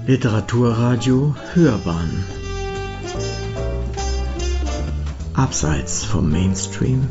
Literaturradio Hörbahn Abseits vom Mainstream.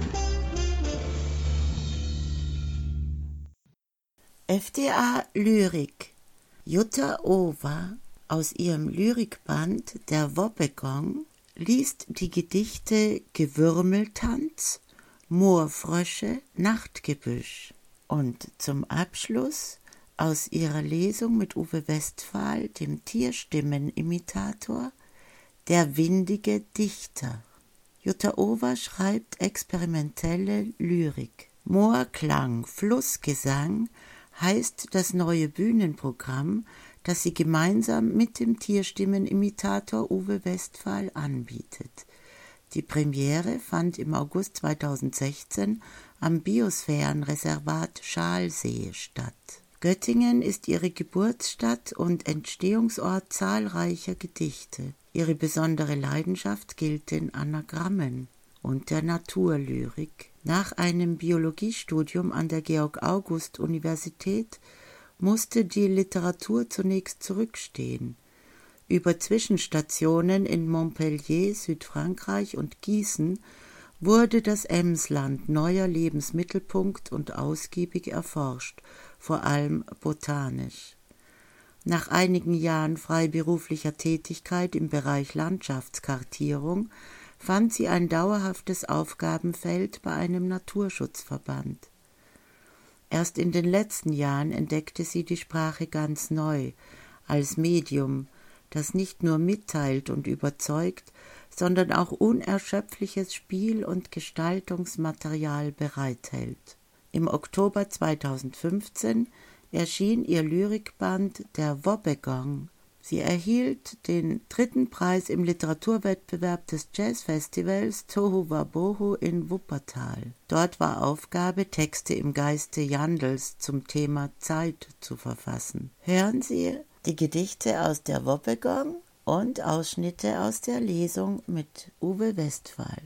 FDA Lyrik. Jutta Over aus ihrem Lyrikband Der Wobbegong liest die Gedichte Gewürmeltanz, Moorfrösche, Nachtgebüsch und zum Abschluss aus ihrer Lesung mit Uwe Westphal, dem Tierstimmenimitator, Der windige Dichter. Jutta Over schreibt experimentelle Lyrik. Moorklang, Flussgesang heißt das neue Bühnenprogramm, das sie gemeinsam mit dem Tierstimmenimitator Uwe Westphal anbietet. Die Premiere fand im August 2016 am Biosphärenreservat Schalsee statt. Göttingen ist ihre Geburtsstadt und Entstehungsort zahlreicher Gedichte. Ihre besondere Leidenschaft gilt den Anagrammen und der Naturlyrik. Nach einem Biologiestudium an der Georg-August-Universität musste die Literatur zunächst zurückstehen. Über Zwischenstationen in Montpellier, Südfrankreich und Gießen wurde das Emsland neuer Lebensmittelpunkt und ausgiebig erforscht, vor allem botanisch. Nach einigen Jahren freiberuflicher Tätigkeit im Bereich Landschaftskartierung fand sie ein dauerhaftes Aufgabenfeld bei einem Naturschutzverband. Erst in den letzten Jahren entdeckte sie die Sprache ganz neu, als Medium, das nicht nur mitteilt und überzeugt, sondern auch unerschöpfliches Spiel- und Gestaltungsmaterial bereithält. Im Oktober 2015 erschien ihr Lyrikband Der Wobbegong. Sie erhielt den 3. Preis im Literaturwettbewerb des Jazzfestivals Tohu Wabohu in Wuppertal. Dort war Aufgabe, Texte im Geiste Jandls zum Thema Zeit zu verfassen. Hören Sie die Gedichte aus Der Wobbegong und Ausschnitte aus der Lesung mit Uwe Westphal.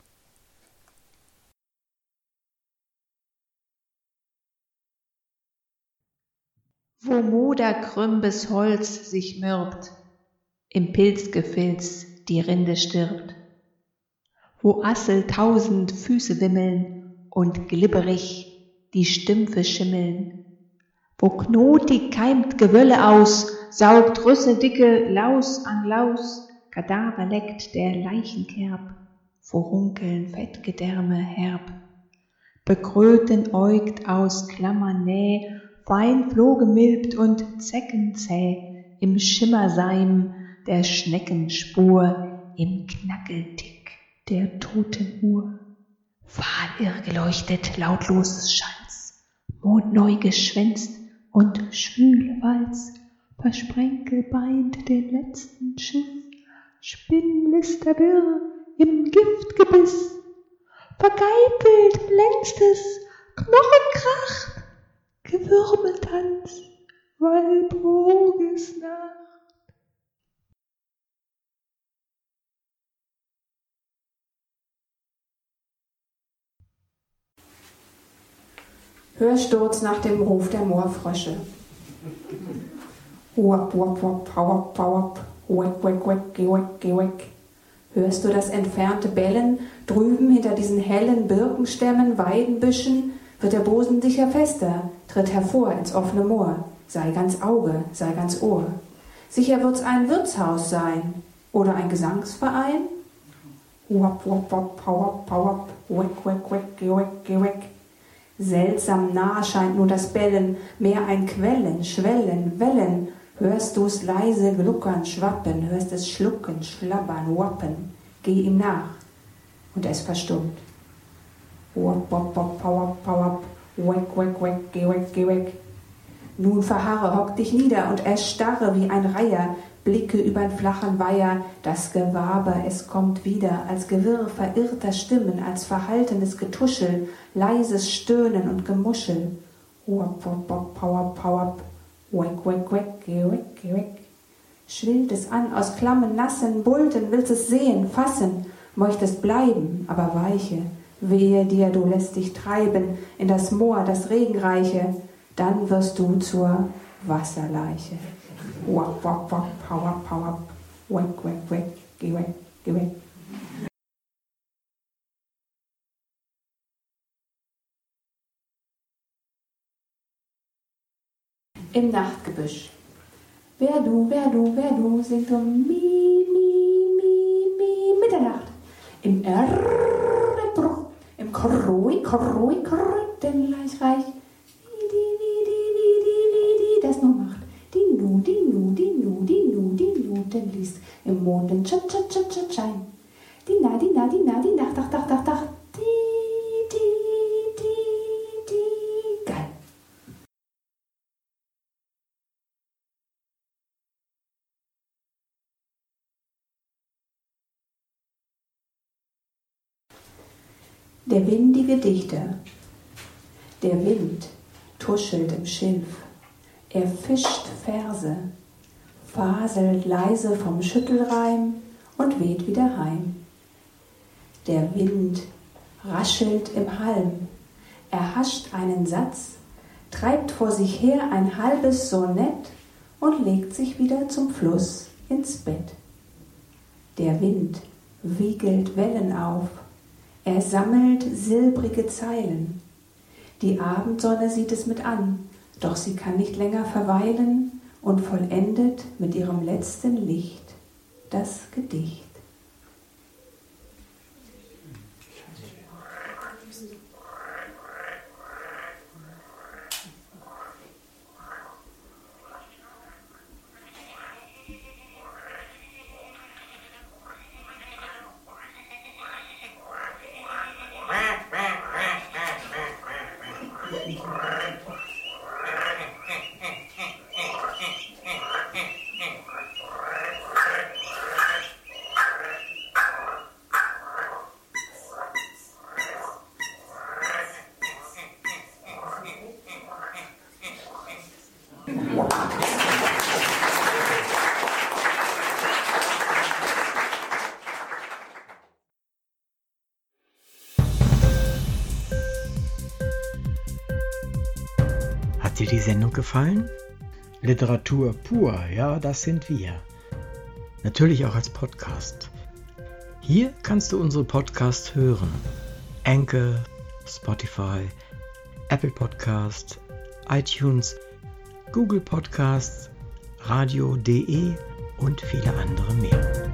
Wo moderkrümbes Holz sich mürbt, im Pilzgefilz die Rinde stirbt, wo Assel 1000 Füße wimmeln und glibberig die Stümpfe schimmeln, wo knotig keimt Gewölle aus, saugt rüsseldicke Laus an Laus, Kadaver leckt der Leichenkerb, Furunkeln Fettgedärme herb, bekröten äugt aus Klammern Näh, fein flohgemilbt und zeckenzäh, im Schimmerseim der Schneckenspur, im Knackeltick der toten Uhr. Fahl irrgeleuchtet, lautloses Schalz, mondneu geschwänzt und schwüle Walz, versprenkelbeint den letzten Schiff, Spinnlisterwirr im Giftgebiss, vergeifelt längstes Knochenkrach, Gewürmeltanz, Walpurgisnacht. Hörsturz nach dem Ruf der Moorfrösche. Wap, wap, wap, wap, wap, weck, weck, weck, weck, weck. Hörst du das entfernte Bellen drüben hinter diesen hellen Birkenstämmen, Weidenbüschen? Wird der Bosen sicher fester, tritt hervor ins offene Moor, sei ganz Auge, sei ganz Ohr. Sicher wird's ein Wirtshaus sein oder ein Gesangsverein. Wap, wap, wap, wap, wap, weck, weck, weck, weck, weck. Seltsam nah scheint nur das Bellen, mehr ein Quellen, Schwellen, Wellen. Hörst du's leise gluckern, schwappen, hörst es schlucken, schlabbern, wappen. Geh ihm nach und es verstummt. Wap, wap, wap, wap, wap, weck, weck, weck, geh weg, geh weg. Nun verharre, hock dich nieder und erstarre wie ein Reiher, blicke übern flachen Weiher, das Gewaber, es kommt wieder, als Gewirr verirrter Stimmen, als verhaltenes Getuschel, leises Stöhnen und Gemuschel. Wap, wap, wap, wap, wap, weck, weck, weck, geh weg, geh weg. Schwillt es an aus klammen, nassen Bulten, willst es sehen, fassen, möchtest bleiben, aber weiche. Wehe dir, du lässt dich treiben in das Moor, das Regenreiche, dann wirst du zur Wasserleiche. Wap, wap, wap, hau ab, hau ab. Weg, weg, weg, geh weg, geh weg. Im Nachtgebüsch. Wer du, singt um Mi, Mitternacht. Im Bruch, im Kroi, Krötenleichreich. Die, das nur macht. Die Nuten liest im Monden, Schein. Die Nacht, Dach. Geil. Der windige Dichter. Der Wind tuschelt im Schilf. Er fischt Verse, faselt leise vom Schüttelreim und weht wieder heim. Der Wind raschelt im Halm, er hascht einen Satz, treibt vor sich her ein halbes Sonett und legt sich wieder zum Fluss ins Bett. Der Wind wiegelt Wellen auf, er sammelt silbrige Zeilen. Die Abendsonne sieht es mit an, doch sie kann nicht länger verweilen und vollendet mit ihrem letzten Licht das Gedicht. Hat dir die Sendung gefallen? Literatur pur, ja, das sind wir. Natürlich auch als Podcast. Hier kannst du unsere Podcasts hören. Anchor, Spotify, Apple Podcast, iTunes, Google Podcasts, radio.de und viele andere mehr.